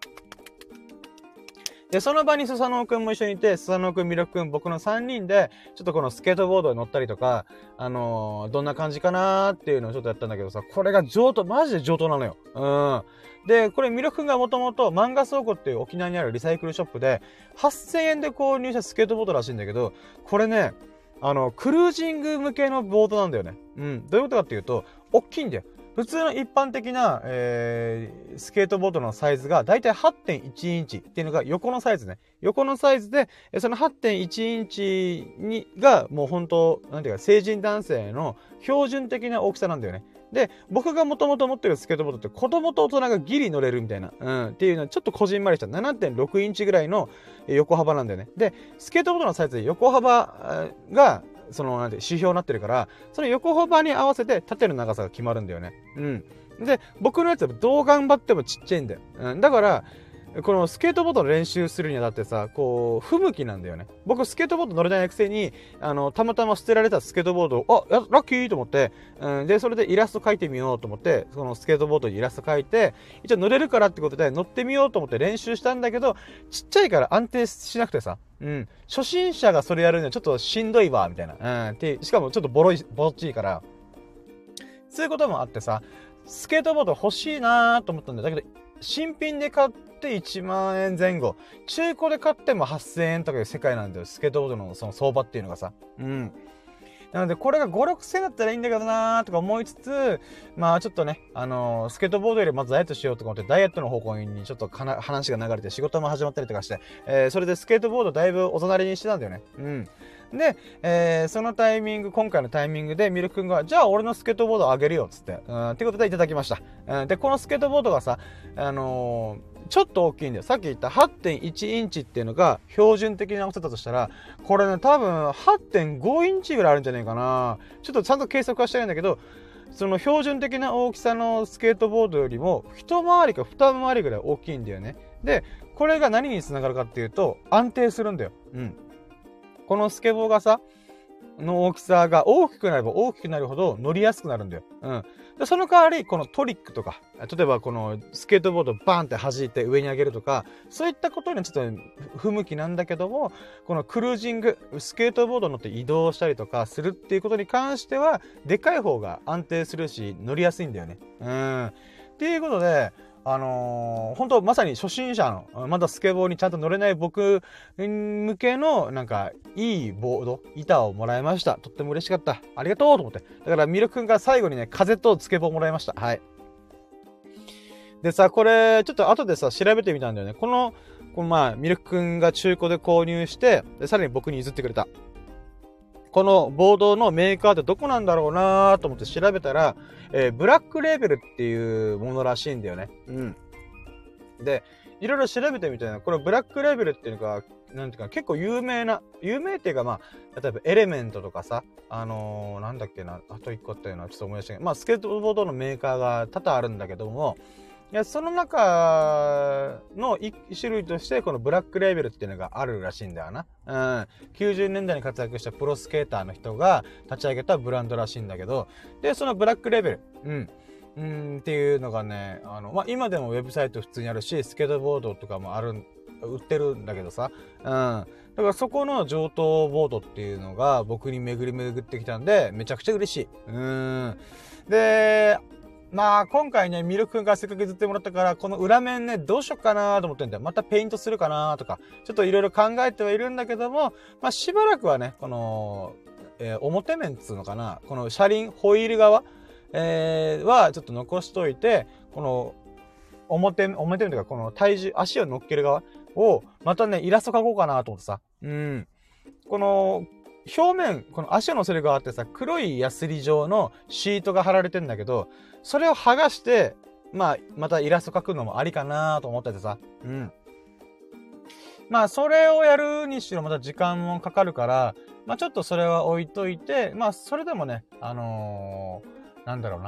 で、その場にスサノオくんも一緒にいて、スサノオくん、ミルクくん、僕のさんにんで、ちょっとこのスケートボードに乗ったりとか、あのー、どんな感じかなーっていうのをちょっとやったんだけどさ、これが上等、マジで上等なのよ。うん。で、これミルクくんがもともと漫画倉庫っていう沖縄にあるリサイクルショップで、はっせんえんで購入したスケートボードらしいんだけど、これね、あの、クルージング向けのボードなんだよね。うん。どういうことかっていうと、大きいんだよ。普通の一般的な、えー、スケートボードのサイズがだいたい はってんいち インチっていうのが横のサイズね。横のサイズで、その はってんいち インチにがもう本当、なんていうか成人男性の標準的な大きさなんだよね。で、僕がもともと持ってるスケートボードって子供と大人がギリ乗れるみたいな、うん、っていうのはちょっとこじんまりした ななてんろく インチぐらいの横幅なんだよね。で、スケートボードのサイズで横幅がその、なんて、指標になってるから、その横幅に合わせて縦の長さが決まるんだよね。うん。で、僕のやつはどう頑張ってもちっちゃいんだよ。うん。だから、このスケートボードの練習するにあたってさ、こう、不向きなんだよね。僕、スケートボード乗れないくせに、あの、たまたま捨てられたスケートボードを、あ、ラッキーと思って、うん、で、それでイラスト描いてみようと思って、そのスケートボードにイラスト描いて、一応乗れるからってことで乗ってみようと思って練習したんだけど、ちっちゃいから安定しなくてさ、うん、初心者がそれやるにはちょっとしんどいわ、みたいな。うん、って、しかもちょっとボロい、ボロっちいから、そういうこともあってさ、スケートボード欲しいなーと思ったんだよ。だけど、新品で買っていちまんえん前後、中古で買ってもはっせんえんとかいう世界なんだよ。スケートボードのその相場っていうのがさ。うん。なので、これがご、ろくせんだったらいいんだけどなーとか思いつつ、まあちょっとね、あのー、スケートボードよりまずダイエットしようと思って、ダイエットの方向にちょっとかな話が流れて仕事も始まったりとかして、えー、それでスケートボードだいぶお隣にしてたんだよね。うん。で、えー、そのタイミング、今回のタイミングでミルク君が、じゃあ俺のスケートボードあげるよ、つって。うん、ってことでいただきました。うん、で、このスケートボードがさ、あのー、ちょっと大きいんだよ。さっき言った はってんいち インチっていうのが標準的な大きさだとしたら、これね、多分 はってんご インチぐらいあるんじゃないかな。ちょっとちゃんと計測はしてないんだけど、その標準的な大きさのスケートボードよりも一回りか二回りぐらい大きいんだよね。で、これが何につながるかっていうと、安定するんだよ。うん。このスケボーがさ、の大きさが大きくなれば大きくなるほど乗りやすくなるんだよ。うん。で、その代わり、このトリックとか、例えばこのスケートボードをバーンって弾いて上に上げるとか、そういったことにはちょっと不向きなんだけども、このクルージング、スケートボード乗って移動したりとかするっていうことに関しては、でかい方が安定するし、乗りやすいんだよね。うん。っていうことで、あのー、本当まさに初心者の、まだスケボーにちゃんと乗れない僕向けの、なんか、いいボード、板をもらいました。とっても嬉しかった。ありがとうと思って。だから、ミルクくんが最後にね、風とスケボーもらいました。はい。でさ、これ、ちょっと後でさ、調べてみたんだよね。この、このまあ、ミルクくんが中古で購入して、で、さらに僕に譲ってくれた。このボードのメーカーってどこなんだろうなーと思って調べたら、えー、ブラックレーベルっていうものらしいんだよね。うん。で、いろいろ調べてみたら、これブラックレーベルっていうのが、なんていうか、結構有名な、有名っていうかまあ、例えばエレメントとかさ、あのー、なんだっけな、あと一個っていうのはちょっと思い出したけど、まあ、スケートボードのメーカーが多々あるんだけども、いや、その中の一種類として、このブラックレーベルっていうのがあるらしいんだよな。うん。きゅうじゅうねんだいに活躍したプロスケーターの人が立ち上げたブランドらしいんだけど、で、そのブラックレーベル、うん。うん、っていうのがね、あの、まあ、今でもウェブサイト普通にあるし、スケートボードとかもある、売ってるんだけどさ、うん。だからそこの上等ボードっていうのが僕に巡り巡ってきたんで、めちゃくちゃ嬉しい。うん。で、まあ、今回ね、ミルクくんがせっかく譲ってもらったから、この裏面ね、どうしよっかなと思ってんだよ。またペイントするかなとか、ちょっといろいろ考えてはいるんだけども、まあ、しばらくはね、この、えー、表面っつうのかな、この車輪、ホイール側、えー、はちょっと残しといて、この、表、表面というか、この体重、足を乗っける側を、またね、イラスト描こうかなと思ってさ。うん。この、 表面、この足を乗せる側ってさ、黒いヤスリ状のシートが貼られてんだけど、それを剥がして、まあ、またイラスト描くのもありかなと思っててさ。うん。まあ、それをやるにしろまた時間もかかるから、まあ、ちょっとそれは置いといて、まあ、それでもね、あのー、なんだろうな。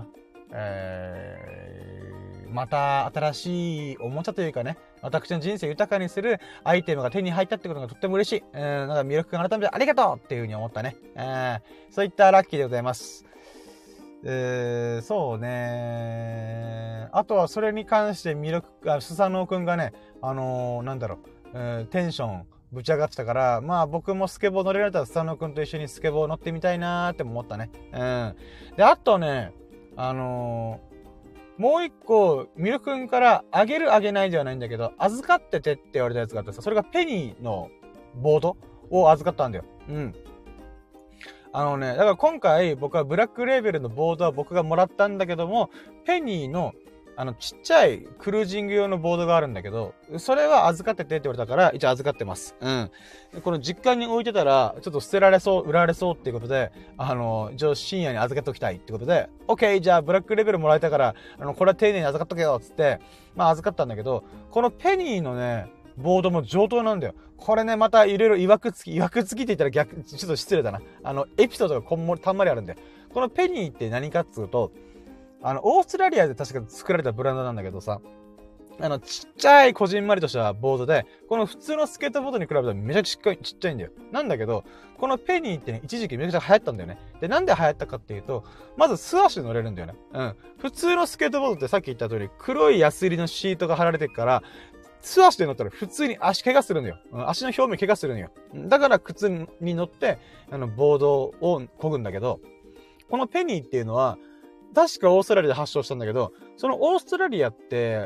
えー、また新しいおもちゃというかね、私の人生豊かにするアイテムが手に入ったってことがとっても嬉しい。うん、なんか魅力が改めてありがとうっていう風に思ったね。えー、そういったラッキーでございます。えー、そうね。あとはそれに関して魅力、あ、スサノオくんがね、あのー、なんだろう、えー、テンションぶち上がってたから、まあ僕もスケボー乗れられたらスサノオくんと一緒にスケボー乗ってみたいなーって思ったね。うん。で、あとね、あのー、もう一個、ミルくんからあげるあげないではないんだけど、預かっててって言われたやつがあってさ、それがペニーのボードを預かったんだよ。うん。あのね、だから今回僕はブラックレーベルのボードは僕がもらったんだけども、ペニーのあのちっちゃいクルージング用のボードがあるんだけど、それは預かっててって言われたから、一応預かってます。うん。この実家に置いてたら、ちょっと捨てられそう、売られそうっていうことで、あの、一応深夜に預けときたいってことで、OK、じゃあブラックレベルもらえたから、あの、これは丁寧に預かっとけよ、つって、まあ預かったんだけど、このペニーのね、ボードも上等なんだよ。これね、またいろいろ曰くつき、曰くつきって言ったら逆、ちょっと失礼だな。あの、エピソードがこんもり、たんまりあるんで。このペニーって何かっつうと、あの、オーストラリアで確か作られたブランドなんだけどさ、あの、ちっちゃいこじんまりとしたボードで、この普通のスケートボードに比べたらめちゃくちゃちっちゃいんだよ。なんだけど、このペニーってね、一時期めちゃくちゃ流行ったんだよね。で、なんで流行ったかっていうと、まず素足で乗れるんだよね。うん。普通のスケートボードってさっき言った通り、黒いヤスリのシートが貼られてるから、素足で乗ったら普通に足怪我するのよ。うん、足の表面怪我するのよ。だから靴に乗って、あの、ボードを漕ぐんだけど、このペニーっていうのは、確かオーストラリアで発祥したんだけど、そのオーストラリアって、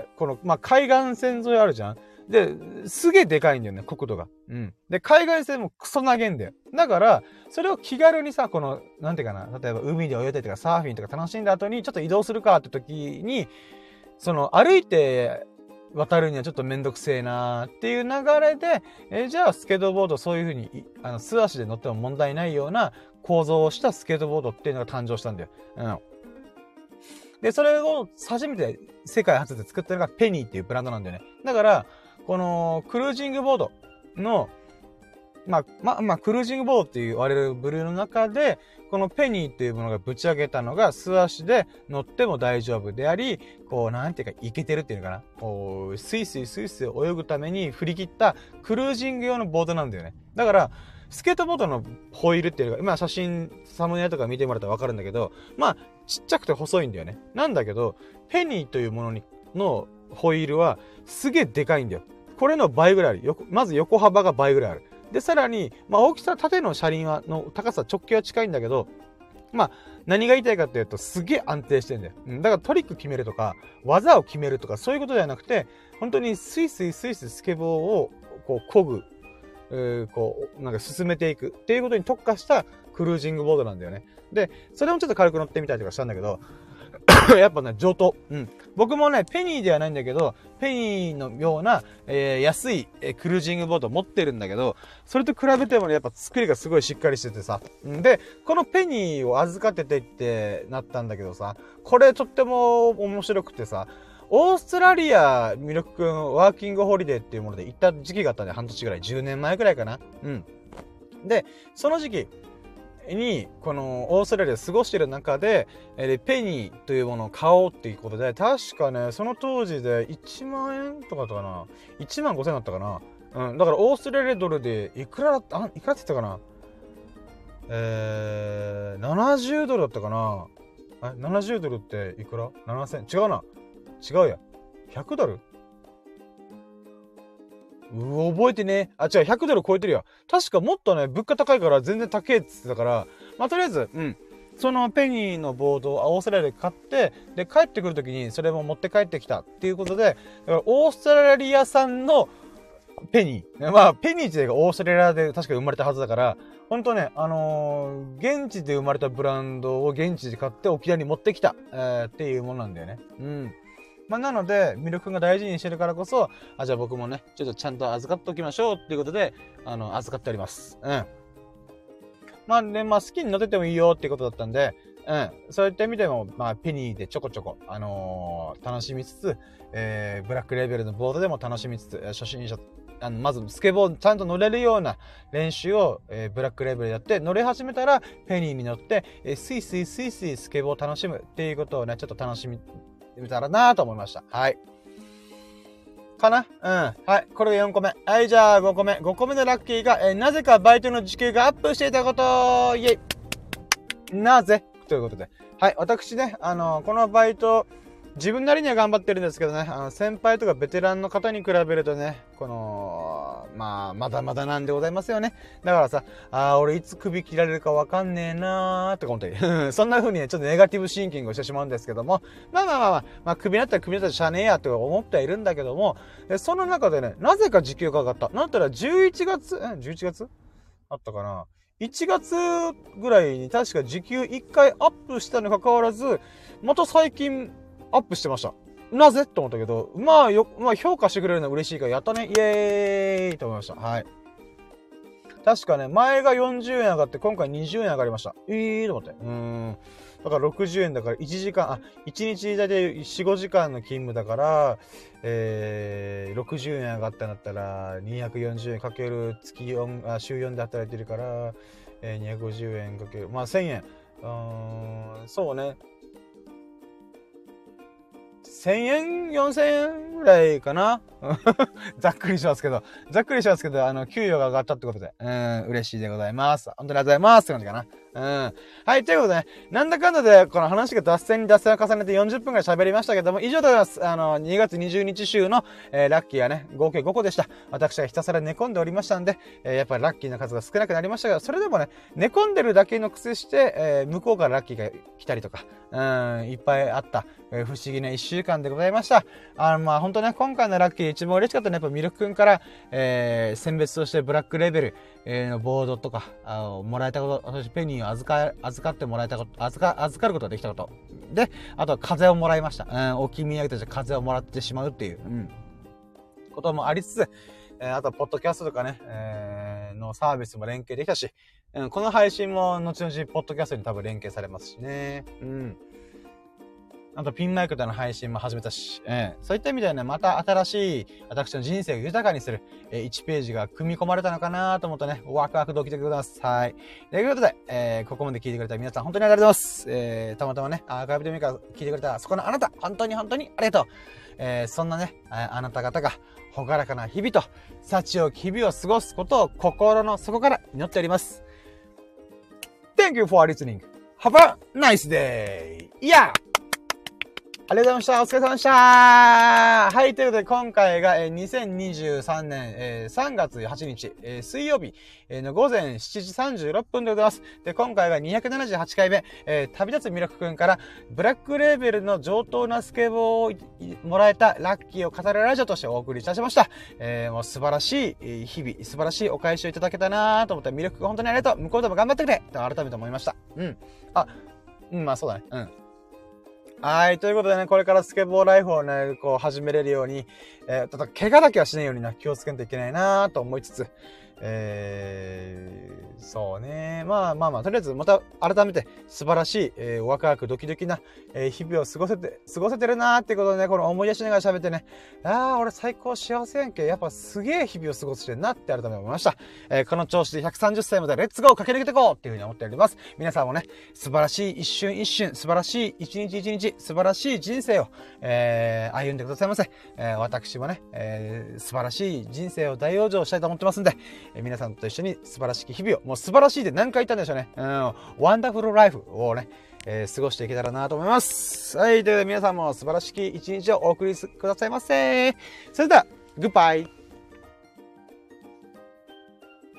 この、まあ、海岸線沿いあるじゃん。で、すげえでかいんだよね、国土が。うん。で、海岸線もクソ長えんだよ。だから、それを気軽にさ、この、なんていうかな、例えば海で泳いだりとかサーフィンとか楽しんだ後に、ちょっと移動するかって時に、その、歩いて、渡るにはちょっとめんどくせえなーっていう流れで、えー、じゃあスケートボードそういう風に、あの、素足で乗っても問題ないような構造をしたスケートボードっていうのが誕生したんだよ。うん。で、それを初めて世界初で作ったのがペニーっていうブランドなんだよね。だから、このクルージングボードの、まあ、まあ、まあ、クルージングボードって言われる部類の中で、このペニーっていうものがぶち上げたのが素足で乗っても大丈夫であり、こう、なんていうか、いけてるっていうのかな。こう、スイスイスイスイ泳ぐために振り切ったクルージング用のボードなんだよね。だから、スケートボードのホイールっていうのが、まあ写真、サムネイルとか見てもらったらわかるんだけど、まあ、ちっちゃくて細いんだよね。なんだけど、ペニーというものに、のホイールは、すげえでかいんだよ。これの倍ぐらいある。よまず横幅が倍ぐらいある。で、さらに、まあ大きさ、縦の車輪は、の高さ、直径は近いんだけど、まあ、何が言いたいかっていうと、すげえ安定してんだよ。うん。だからトリック決めるとか、技を決めるとか、そういうことではなくて、本当にスイスイスイスイスケボーを、こう、漕ぐ。えー、こう、なんか進めていくっていうことに特化したクルージングボードなんだよね。で、それもちょっと軽く乗ってみたりとかしたんだけど、やっぱね、上等。うん。僕もね、ペニーではないんだけど、ペニーのような、えー、安い、えー、クルージングボードを持ってるんだけど、それと比べてもね、やっぱ作りがすごいしっかりしててさ。で、このペニーを預かっててってなったんだけどさ、これとっても面白くてさ、オーストラリア、ミルクくん、ワーキングホリデーっていうもので行った時期があったんで、半年ぐらい、じゅうねんまえぐらいかな。うん。で、その時期に、このオーストラリアで過ごしてる中で、えー、ペニーというものを買おうっていうことで、確かね、その当時でいちまんえんとかだったかな。いちまんごせんえんだったかな。うん。だからオーストラリアドルで、いくらだった、あ、いくらって言ったかな。えー、ななじゅうドルだったかな。え、ななじゅうドルっていくら ?ななせん。違うな。違うや。ひゃくドルう覚えてね。あ、違う、ひゃくドル超えてるよ。確かもっとね、物価高いから全然高えって言ってたから、まあ、とりあえず、うん。そのペニーのボードをオーストラリアで買って、で、帰ってくるときにそれも持って帰ってきたっていうことで、だからオーストラリア産のペニー。まあ、ペニー自体がオーストラリアで確か生まれたはずだから、ほんとね、あのー、現地で生まれたブランドを現地で買って沖縄に持ってきた、えー、っていうものなんだよね。うん。まあ、なので、ミルク君が大事にしてるからこそ、あ、じゃあ僕もね、ちょっとちゃんと預かっておきましょうっていうことで、あの、預かっております。うん。 まあね、まあ好きに乗っててもいいよっていうことだったんで、うん。そういった意味でも、まあ、ペニーでちょこちょこ、あのー、楽しみつつ、えー、ブラックレベルのボードでも楽しみつつ、初心者、あの、まずスケボーちゃんと乗れるような練習を、えー、ブラックレベルでやって、乗れ始めたら、ペニーに乗って、えー、スイスイスイスイスケボーを楽しむっていうことをね、ちょっと楽しみ、見たらなと思いました。はい。かなうん。はい。これがよんこめ。はい、じゃあごこめ。ごこめのラッキーが、えー、なぜかバイトの時給がアップしていたこと、イェイ。なぜということで。はい。私ね、あのー、このバイト、自分なりには頑張ってるんですけどね、あの、先輩とかベテランの方に比べるとね、この、まあ、まだまだなんでございますよね。だからさ、あー、俺いつ首切られるかわかんねえなーって思って、そんな風にね、ちょっとネガティブシンキングをしてしまうんですけども、まあまあまあまあ、まあ、首になったら首になったらしゃねえやって思ってはいるんだけども、その中でね、なぜか時給が上がった。なんだったらじゅういちがつ、え ?じゅういちがつあったかないちがつぐらいに確か時給いっかいアップしたにもかかわらず、また最近アップしてました。なぜと思ったけど、まあよ、まあ評価してくれるのは嬉しいからやったね。イエーイと思いました。はい。確かね、前がよんじゅうえん上がって今回にじゅうえん上がりました。えーと思って。うーん。だからろくじゅうえんだからいちじかん、あ、いちにちだいたいよん、ごじかんの勤務だから、えー、ろくじゅうえん上がったんだったら、にひゃくよんじゅうえんかける月よん、あ、週よんで働いてるから、えー、にひゃくごじゅうえんかける、まあせんえん。うーん、そうね。せんえん ?よんせんえんぐらいかなざっくりしますけど。ざっくりしますけど、あの、給与が上がったってことで。うん、嬉しいでございます。本当にありがとうございますって感じかな。うん。はい、ということでね、なんだかんだで、この話が脱線に脱線を重ねてよんじゅっぷんくらい喋りましたけども、以上でございます。あの、にがつにじゅうにち週の、えー、ラッキーはね、合計ごこでした。私はひたすら寝込んでおりましたんで、えー、やっぱりラッキーな数が少なくなりましたが、それでもね、寝込んでるだけの癖して、えー、向こうからラッキーが来たりとか、うん、いっぱいあった、えー、不思議ないっしゅうかんでございました。あの、まあ、本当ね、今回のラッキー一番嬉しかったのは、やっぱミルクくんから、えー、選別としてブラックレベル、えー、のボードとか、あのもらえたこと、そしてペニーを預か、預かってもらえたこと、預か、預かることができたこと。で、あとは風をもらいました。うん、沖宮たち風をもらってしまうっていう、うん、こともありつつ、えー、あとはポッドキャストとかね、えー、のサービスも連携できたし、うん、この配信も後々ポッドキャストに多分連携されますしね。うん。あとピンマイクでの配信も始めたし、えー、そういった意味ではね、また新しい私の人生を豊かにする、えー、いちページが組み込まれたのかなと思ってね、ワクワクドキドキでございます。はい。ということで、えー、ここまで聞いてくれた皆さん本当にありがとうございます。えー、たまたまね、アーカイブで見るから聞いてくれたそこのあなた、本当に本当にありがとう。えー、そんなね、あなた方が、ほがらかな日々と、幸よき日々を過ごすことを心の底から祈っております。Thank you for listening. Have a nice day! Yeah! ありがとうございました。お疲れ様でした。はい。ということで、今回が、えー、にせんにじゅうさんねん、えー、さんがつはちにち、えー、水曜日、えー、のごぜんしちじさんじゅうろっぷんでございます。で、今回がにひゃくななじゅうはちかいめ、えー、旅立つミラクくんから、ブラックレーベルの上等なスケボーをもらえたラッキーを語るラジオとしてお送りいたしました。えー、もう素晴らしい日々、素晴らしいお返しをいただけたなと思ったミラクくん本当にありがとう。向こうでも頑張ってくれと改めて思いました。うん。あ、うん、まあそうだね。うん。はい。ということでね、これからスケボーライフをね、こう始めれるように、えー、ただ、怪我だけはしないようにな、気をつけないといけないなと思いつつ、えー、そうね。まあまあまあ、とりあえずまた改めて素晴らしい、えー、ワクワクドキドキな、えー、日々を過ごせて、過ごせてるなーってことでね、この思い出しながら喋ってね、あー、俺最高幸せやんけ。やっぱすげえ日々を過ごしてるなって改めて思いました。えー、この調子でひゃくさんじゅっさいまでレッツゴー駆け抜けていこうっていうふうに思っております。皆さんもね、素晴らしい一瞬一瞬、素晴らしい一日一日、素晴らしい人生を、えー、歩んでくださいませ。えー、私もね、えー、素晴らしい人生を大往生したいと思ってますんで、え皆さんと一緒に素晴らしき日々を、もう素晴らしいで何回言ったんでしょうね。うん、ワンダフルライフをね、えー、過ごしていけたらなと思います。はい、ということで皆さんも素晴らしき一日をお送りくださいませ。それでは、グッバイ。